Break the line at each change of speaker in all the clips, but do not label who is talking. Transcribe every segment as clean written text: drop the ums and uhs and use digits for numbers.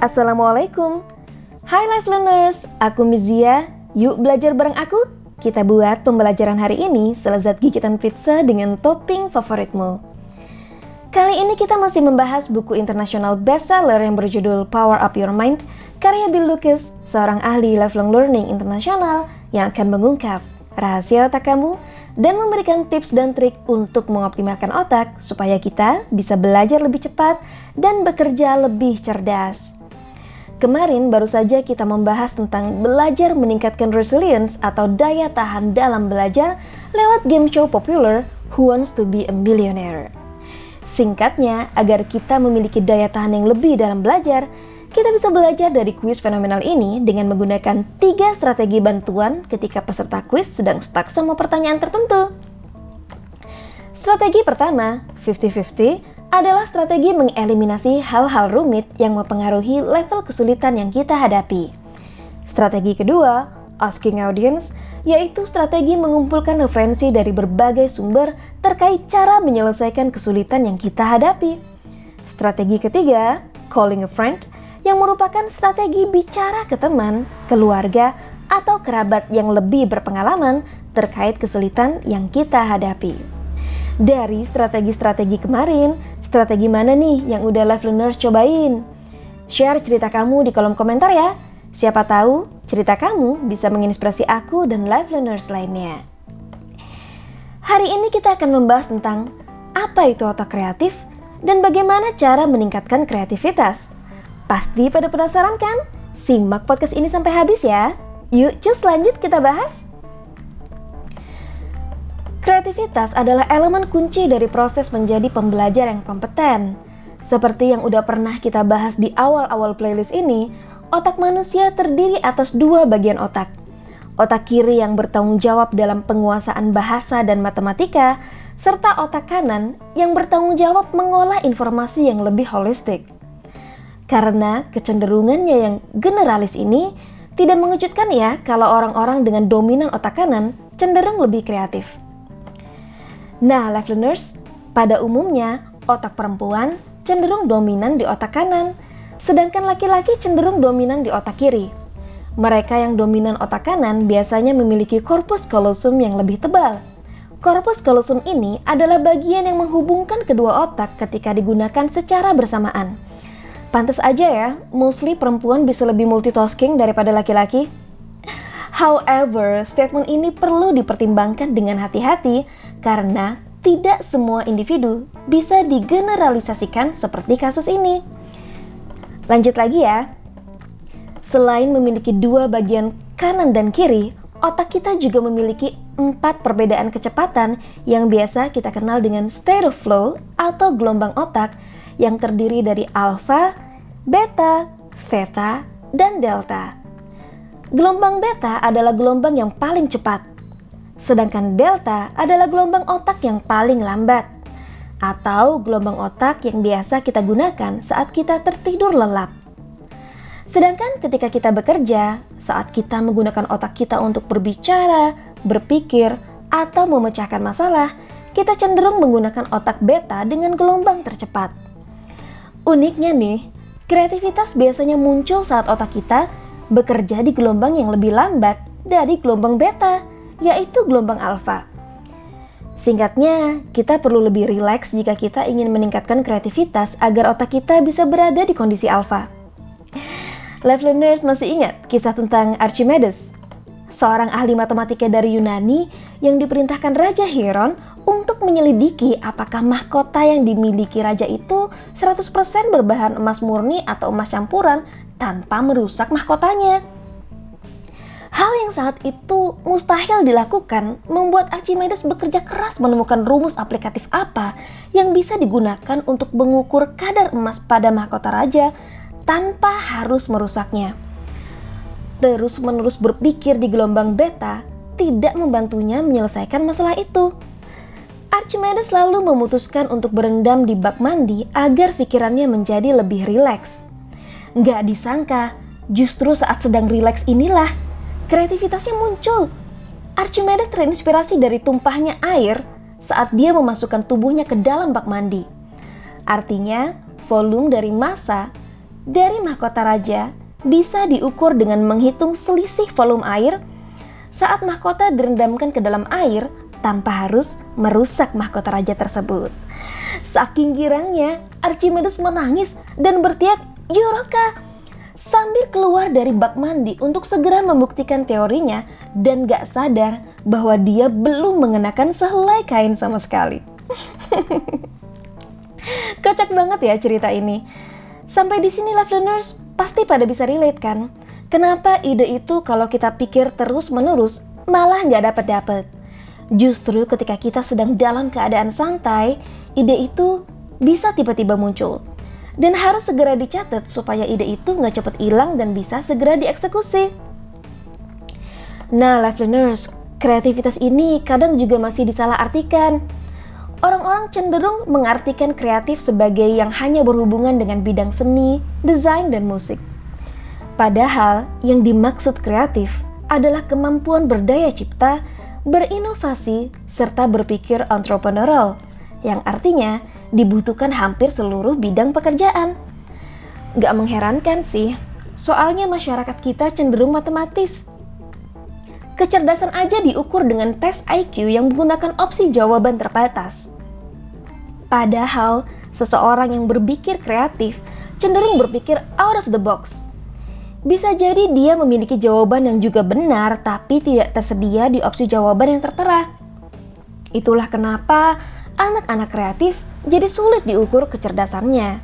Assalamualaikum. Hai Life Learners, aku Mizia. Yuk belajar bareng aku. Kita buat pembelajaran hari ini selezat gigitan pizza dengan topping favoritmu. Kali ini kita masih membahas buku internasional bestseller yang berjudul Power Up Your Mind, karya Bill Lucas, seorang ahli lifelong learning internasional yang akan mengungkap rahasia otak kamu dan memberikan tips dan trik untuk mengoptimalkan otak supaya kita bisa belajar lebih cepat dan bekerja lebih cerdas. Kemarin baru saja kita membahas tentang belajar meningkatkan resilience atau daya tahan dalam belajar lewat game show populer Who Wants to Be a Millionaire. Singkatnya, agar kita memiliki daya tahan yang lebih dalam belajar, kita bisa belajar dari kuis fenomenal ini dengan menggunakan 3 strategi bantuan ketika peserta kuis sedang stuck sama pertanyaan tertentu. Strategi pertama, 50-50, adalah strategi mengeliminasi hal-hal rumit yang mempengaruhi level kesulitan yang kita hadapi. Strategi kedua, asking audience, yaitu strategi mengumpulkan referensi dari berbagai sumber terkait cara menyelesaikan kesulitan yang kita hadapi. Strategi ketiga, calling a friend, yang merupakan strategi bicara ke teman, keluarga, atau kerabat yang lebih berpengalaman terkait kesulitan yang kita hadapi. Dari strategi-strategi kemarin, strategi mana nih yang udah Life Learners cobain? Share cerita kamu di kolom komentar ya. Siapa tahu cerita kamu bisa menginspirasi aku dan Life Learners lainnya. Hari ini kita akan membahas tentang apa itu otak kreatif dan bagaimana cara meningkatkan kreativitas. Pasti pada penasaran kan? Simak podcast ini sampai habis ya. Yuk, cus lanjut kita bahas. Kreativitas adalah elemen kunci dari proses menjadi pembelajar yang kompeten. Seperti yang udah pernah kita bahas di awal-awal playlist ini, otak manusia terdiri atas 2 bagian otak. Otak kiri yang bertanggung jawab dalam penguasaan bahasa dan matematika, serta otak kanan yang bertanggung jawab mengolah informasi yang lebih holistik. Karena kecenderungannya yang generalis ini, tidak mengejutkan ya kalau orang-orang dengan dominan otak kanan cenderung lebih kreatif. Nah, Life Learners, pada umumnya otak perempuan cenderung dominan di otak kanan, sedangkan laki-laki cenderung dominan di otak kiri. Mereka yang dominan otak kanan biasanya memiliki corpus callosum yang lebih tebal. Corpus callosum ini adalah bagian yang menghubungkan kedua otak ketika digunakan secara bersamaan. Pantes aja ya, mostly perempuan bisa lebih multitasking daripada laki-laki. However, statement ini perlu dipertimbangkan dengan hati-hati karena tidak semua individu bisa digeneralisasikan seperti kasus ini. Lanjut lagi ya. Selain memiliki 2 bagian kanan dan kiri, otak kita juga memiliki 4 perbedaan kecepatan yang biasa kita kenal dengan state of flow atau gelombang otak yang terdiri dari alfa, beta, theta, dan delta. Gelombang beta adalah gelombang yang paling cepat, sedangkan delta adalah gelombang otak yang paling lambat, atau gelombang otak yang biasa kita gunakan saat kita tertidur lelap. Sedangkan ketika kita bekerja, saat kita menggunakan otak kita untuk berbicara, berpikir, atau memecahkan masalah, kita cenderung menggunakan otak beta dengan gelombang tercepat. Uniknya nih, kreativitas biasanya muncul saat otak kita bekerja di gelombang yang lebih lambat dari gelombang beta, yaitu gelombang alfa. Singkatnya, kita perlu lebih rileks jika kita ingin meningkatkan kreativitas agar otak kita bisa berada di kondisi alfa. Life Learners masih ingat kisah tentang Archimedes, seorang ahli matematika dari Yunani yang diperintahkan Raja Hieron untuk menyelidiki apakah mahkota yang dimiliki raja itu 100% berbahan emas murni atau emas campuran tanpa merusak mahkotanya. Hal yang saat itu mustahil dilakukan membuat Archimedes bekerja keras menemukan rumus aplikatif apa yang bisa digunakan untuk mengukur kadar emas pada mahkota raja tanpa harus merusaknya. Terus-menerus berpikir di gelombang beta tidak membantunya menyelesaikan masalah itu. Archimedes lalu memutuskan untuk berendam di bak mandi agar pikirannya menjadi lebih rileks. Nggak disangka, justru saat sedang rileks inilah kreativitasnya muncul. Archimedes terinspirasi dari tumpahnya air saat dia memasukkan tubuhnya ke dalam bak mandi. Artinya, volume dari massa dari mahkota raja bisa diukur dengan menghitung selisih volume air saat mahkota direndamkan ke dalam air tanpa harus merusak mahkota raja tersebut. Saking girangnya, Archimedes menangis dan berteriak, "Eureka!" sambil keluar dari bak mandi untuk segera membuktikan teorinya dan gak sadar bahwa dia belum mengenakan sehelai kain sama sekali. Kocak banget ya cerita ini. Sampai di sini Life Learners pasti pada bisa relate kan? Kenapa ide itu kalau kita pikir terus-menerus malah nggak dapet-dapet? Justru ketika kita sedang dalam keadaan santai, ide itu bisa tiba-tiba muncul. Dan harus segera dicatat supaya ide itu nggak cepet hilang dan bisa segera dieksekusi. Nah Life Learners, kreativitas ini kadang juga masih disalahartikan. Orang-orang cenderung mengartikan kreatif sebagai yang hanya berhubungan dengan bidang seni, desain, dan musik. Padahal yang dimaksud kreatif adalah kemampuan berdaya cipta, berinovasi, serta berpikir entrepreneurial, yang artinya dibutuhkan hampir seluruh bidang pekerjaan. Gak mengherankan sih, soalnya masyarakat kita cenderung matematis. Kecerdasan aja diukur dengan tes IQ yang menggunakan opsi jawaban terbatas. Padahal, seseorang yang berpikir kreatif cenderung berpikir out of the box. Bisa jadi dia memiliki jawaban yang juga benar, tapi tidak tersedia di opsi jawaban yang tertera. Itulah kenapa anak-anak kreatif jadi sulit diukur kecerdasannya.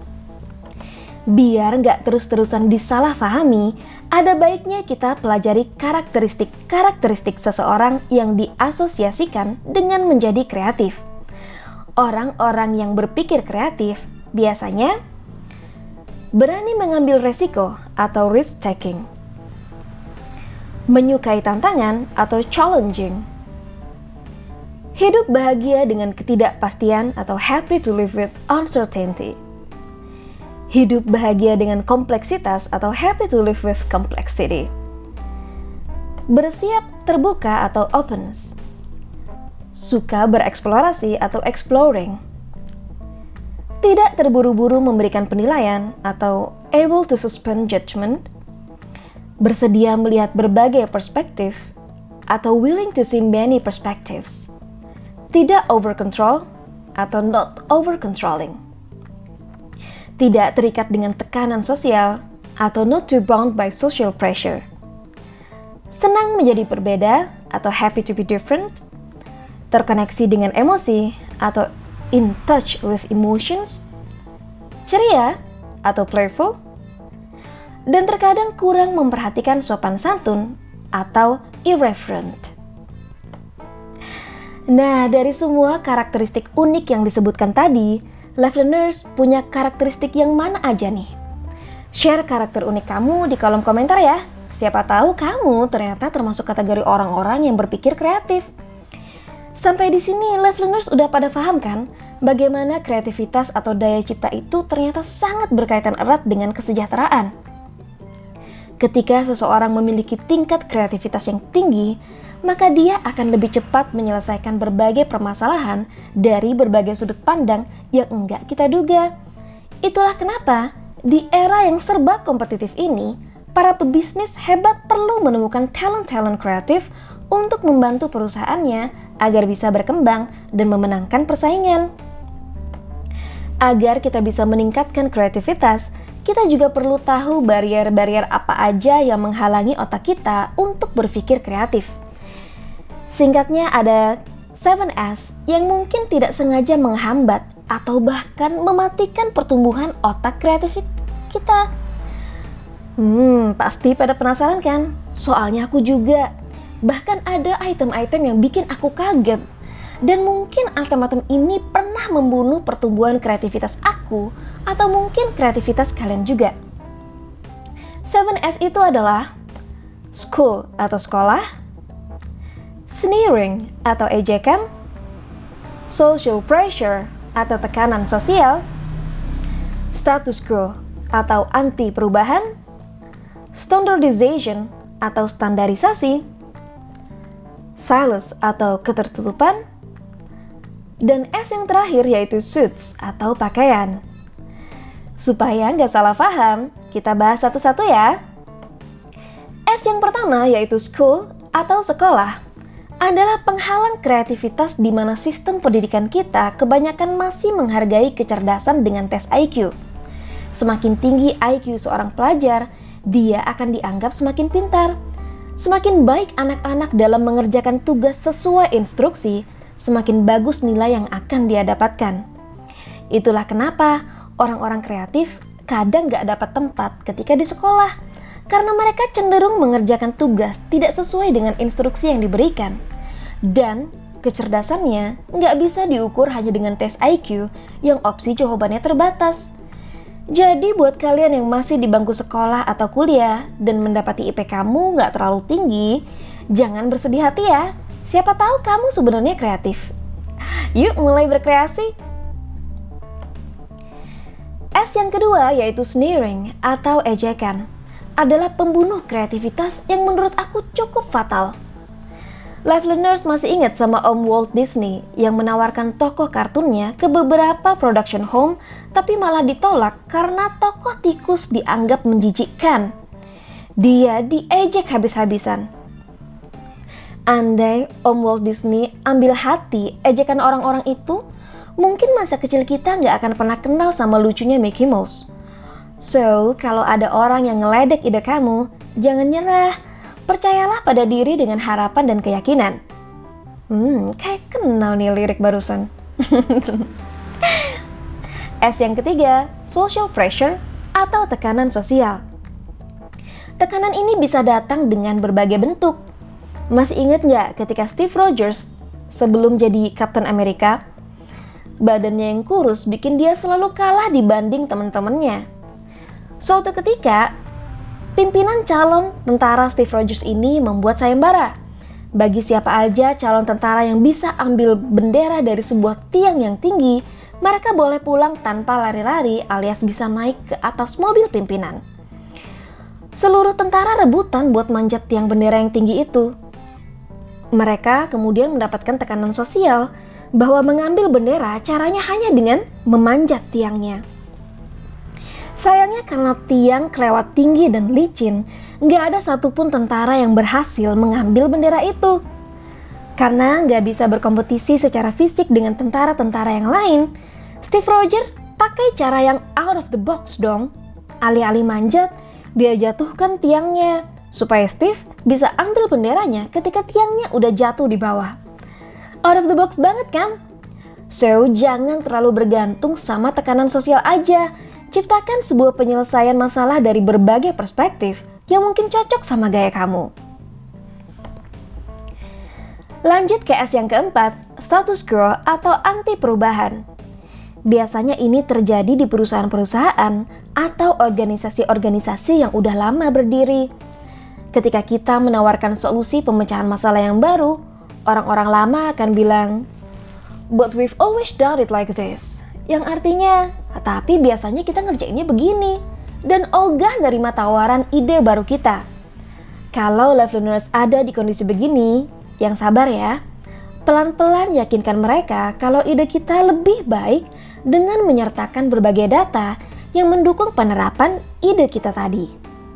Biar nggak terus-terusan disalahpahami, ada baiknya kita pelajari karakteristik seseorang yang diasosiasikan dengan menjadi kreatif. Orang-orang yang berpikir kreatif biasanya berani mengambil resiko atau risk taking, menyukai tantangan atau challenging, hidup bahagia dengan ketidakpastian atau happy to live with uncertainty, hidup bahagia dengan kompleksitas atau happy to live with complexity, bersiap terbuka atau openness, suka bereksplorasi atau exploring, tidak terburu-buru memberikan penilaian atau able to suspend judgment, bersedia melihat berbagai perspektif atau willing to see many perspectives, tidak over control atau not over controlling, tidak terikat dengan tekanan sosial atau not too bound by social pressure, senang menjadi berbeda atau happy to be different, terkoneksi dengan emosi atau in touch with emotions, ceria atau playful, dan terkadang kurang memperhatikan sopan santun atau irreverent. Nah, dari semua karakteristik unik yang disebutkan tadi, Life Learners punya karakteristik yang mana aja nih? Share karakter unik kamu di kolom komentar ya. Siapa tahu kamu ternyata termasuk kategori orang-orang yang berpikir kreatif. Sampai di sini Life Learners udah pada paham kan bagaimana kreativitas atau daya cipta itu ternyata sangat berkaitan erat dengan kesejahteraan. Ketika seseorang memiliki tingkat kreativitas yang tinggi, maka dia akan lebih cepat menyelesaikan berbagai permasalahan dari berbagai sudut pandang yang enggak kita duga. Itulah kenapa di era yang serba kompetitif ini, para pebisnis hebat perlu menemukan talent-talent kreatif untuk membantu perusahaannya agar bisa berkembang dan memenangkan persaingan. Agar kita bisa meningkatkan kreativitas, kita juga perlu tahu barrier-barrier apa aja yang menghalangi otak kita untuk berpikir kreatif. Singkatnya ada 7S yang mungkin tidak sengaja menghambat atau bahkan mematikan pertumbuhan otak kreatif kita. Pasti pada penasaran kan? Soalnya aku juga. Bahkan ada item-item yang bikin aku kaget. Dan mungkin item-item ini pernah membunuh pertumbuhan kreativitas aku atau mungkin kreativitas kalian juga. 7S itu adalah school atau sekolah, sneering atau ejekan, social pressure atau tekanan sosial, status quo atau anti perubahan, standardization atau standarisasi, silence atau ketertutupan, dan S yang terakhir yaitu suits atau pakaian. Supaya nggak salah paham, kita bahas satu-satu ya. S yang pertama yaitu school atau sekolah adalah penghalang kreativitas di mana sistem pendidikan kita kebanyakan masih menghargai kecerdasan dengan tes IQ. Semakin tinggi IQ seorang pelajar, dia akan dianggap semakin pintar. Semakin baik anak-anak dalam mengerjakan tugas sesuai instruksi, semakin bagus nilai yang akan dia dapatkan. Itulah kenapa orang-orang kreatif kadang gak dapat tempat ketika di sekolah, karena mereka cenderung mengerjakan tugas tidak sesuai dengan instruksi yang diberikan. Dan kecerdasannya gak bisa diukur hanya dengan tes IQ yang opsi jawabannya terbatas. Jadi buat kalian yang masih di bangku sekolah atau kuliah dan mendapati IP kamu gak terlalu tinggi, jangan bersedih hati ya. Siapa tahu kamu sebenarnya kreatif. Yuk mulai berkreasi. S yang kedua yaitu sneering atau ejekan adalah pembunuh kreativitas yang menurut aku cukup fatal. Live Learners masih ingat sama Om Walt Disney yang menawarkan tokoh kartunnya ke beberapa production home tapi malah ditolak karena tokoh tikus dianggap menjijikkan. Dia diejek habis-habisan. Andai Om Walt Disney ambil hati ejekan orang-orang itu, mungkin masa kecil kita nggak akan pernah kenal sama lucunya Mickey Mouse. So, kalau ada orang yang ngeledek ide kamu, jangan nyerah. Percayalah pada diri dengan harapan dan keyakinan. Kayak kenal nih lirik barusan. S yang ketiga, social pressure atau tekanan sosial. Tekanan ini bisa datang dengan berbagai bentuk. Masih ingat nggak ketika Steve Rogers sebelum jadi Captain America, badannya yang kurus bikin dia selalu kalah dibanding teman-temannya. Suatu ketika, pimpinan calon tentara Steve Rogers ini membuat sayembara. Bagi siapa aja calon tentara yang bisa ambil bendera dari sebuah tiang yang tinggi, mereka boleh pulang tanpa lari-lari alias bisa naik ke atas mobil pimpinan. Seluruh tentara rebutan buat manjat tiang bendera yang tinggi itu. Mereka kemudian mendapatkan tekanan sosial bahwa mengambil bendera caranya hanya dengan memanjat tiangnya. Sayangnya karena tiang kelewat tinggi dan licin, nggak ada satupun tentara yang berhasil mengambil bendera itu. Karena nggak bisa berkompetisi secara fisik dengan tentara-tentara yang lain, Steve Rogers pakai cara yang out of the box dong. Alih-alih manjat, dia jatuhkan tiangnya, supaya Steve bisa ambil benderanya ketika tiangnya udah jatuh di bawah. Out of the box banget kan? So, jangan terlalu bergantung sama tekanan sosial aja. Ciptakan sebuah penyelesaian masalah dari berbagai perspektif yang mungkin cocok sama gaya kamu. Lanjut ke S yang keempat, status quo atau anti perubahan. Biasanya ini terjadi di perusahaan-perusahaan atau organisasi-organisasi yang udah lama berdiri. Ketika kita menawarkan solusi pemecahan masalah yang baru, orang-orang lama akan bilang, "But we've always done it like this." Yang artinya, tapi biasanya kita ngerjainnya begini, dan ogah nerima tawaran ide baru kita. Kalau Live Learners ada di kondisi begini, yang sabar ya. Pelan-pelan yakinkan mereka kalau ide kita lebih baik dengan menyertakan berbagai data yang mendukung penerapan ide kita tadi.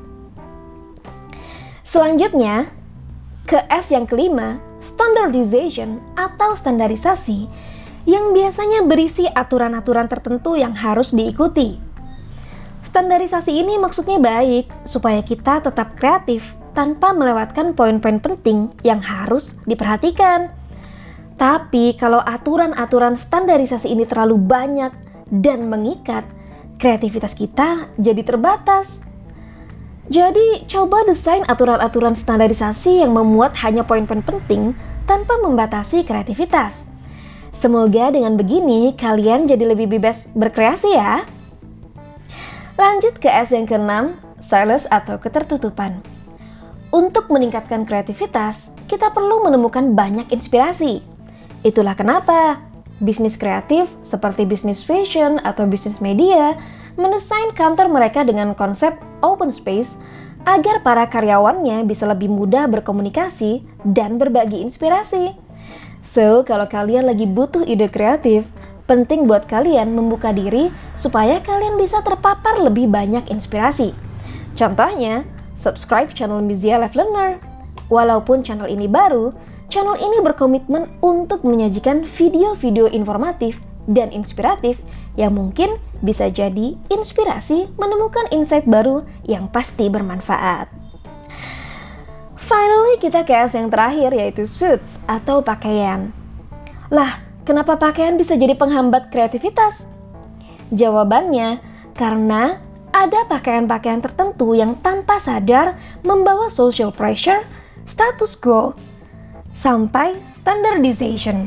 Selanjutnya, ke S yang kelima, standardization atau standarisasi, yang biasanya berisi aturan-aturan tertentu yang harus diikuti. Standarisasi ini maksudnya baik, supaya kita tetap kreatif tanpa melewatkan poin-poin penting yang harus diperhatikan. Tapi kalau aturan-aturan standarisasi ini terlalu banyak dan mengikat, kreativitas kita jadi terbatas. Jadi, coba desain aturan-aturan standarisasi yang memuat hanya poin-poin penting tanpa membatasi kreativitas. Semoga dengan begini kalian jadi lebih bebas berkreasi ya. Lanjut ke S yang keenam, silence atau ketertutupan. Untuk meningkatkan kreativitas, kita perlu menemukan banyak inspirasi. Itulah kenapa bisnis kreatif seperti bisnis fashion atau bisnis media mendesain kantor mereka dengan konsep open space agar para karyawannya bisa lebih mudah berkomunikasi dan berbagi inspirasi. So, kalau kalian lagi butuh ide kreatif, Penting buat kalian membuka diri supaya kalian bisa terpapar lebih banyak inspirasi. Contohnya, subscribe channel Mizia Life Learner. Walaupun channel ini baru, channel ini berkomitmen untuk menyajikan video-video informatif dan inspiratif yang mungkin bisa jadi inspirasi menemukan insight baru yang pasti bermanfaat. Finally, kita ke yang terakhir, yaitu suits atau pakaian. Lah, kenapa pakaian bisa jadi penghambat kreativitas? Jawabannya, karena ada pakaian-pakaian tertentu yang tanpa sadar membawa social pressure, status quo, sampai standardization.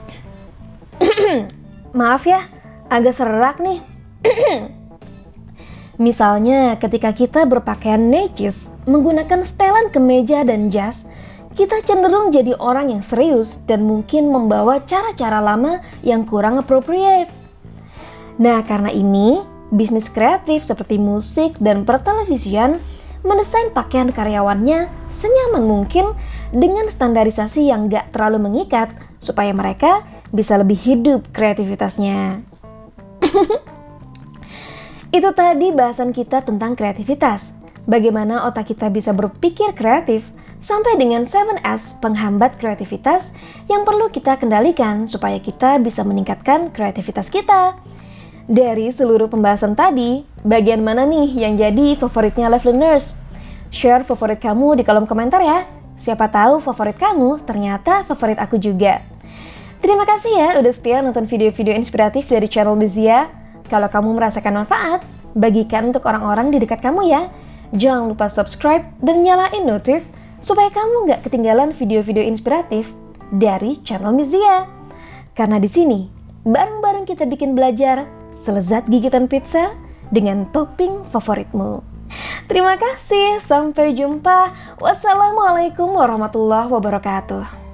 Maaf ya, agak serak nih. Misalnya ketika kita berpakaian necis, menggunakan setelan kemeja dan jas, kita cenderung jadi orang yang serius dan mungkin membawa cara-cara lama yang kurang appropriate. Nah, karena ini, bisnis kreatif seperti musik dan pertelevisian mendesain pakaian karyawannya senyaman mungkin dengan standarisasi yang gak terlalu mengikat supaya mereka bisa lebih hidup kreativitasnya. Itu tadi bahasan kita tentang kreativitas. Bagaimana otak kita bisa berpikir kreatif sampai dengan 7S penghambat kreativitas yang perlu kita kendalikan supaya kita bisa meningkatkan kreativitas kita. Dari seluruh pembahasan tadi, bagian mana nih yang jadi favoritnya Life Learners? Share favorit kamu di kolom komentar ya. Siapa tahu favorit kamu ternyata favorit aku juga. Terima kasih ya udah setia nonton video-video inspiratif dari channel Mizia. Kalau kamu merasakan manfaat, bagikan untuk orang-orang di dekat kamu ya. Jangan lupa subscribe dan nyalain notif supaya kamu nggak ketinggalan video-video inspiratif dari channel Mizia. Karena di sini, bareng-bareng kita bikin belajar selezat gigitan pizza dengan topping favoritmu. Terima kasih, sampai jumpa. Wassalamualaikum warahmatullahi wabarakatuh.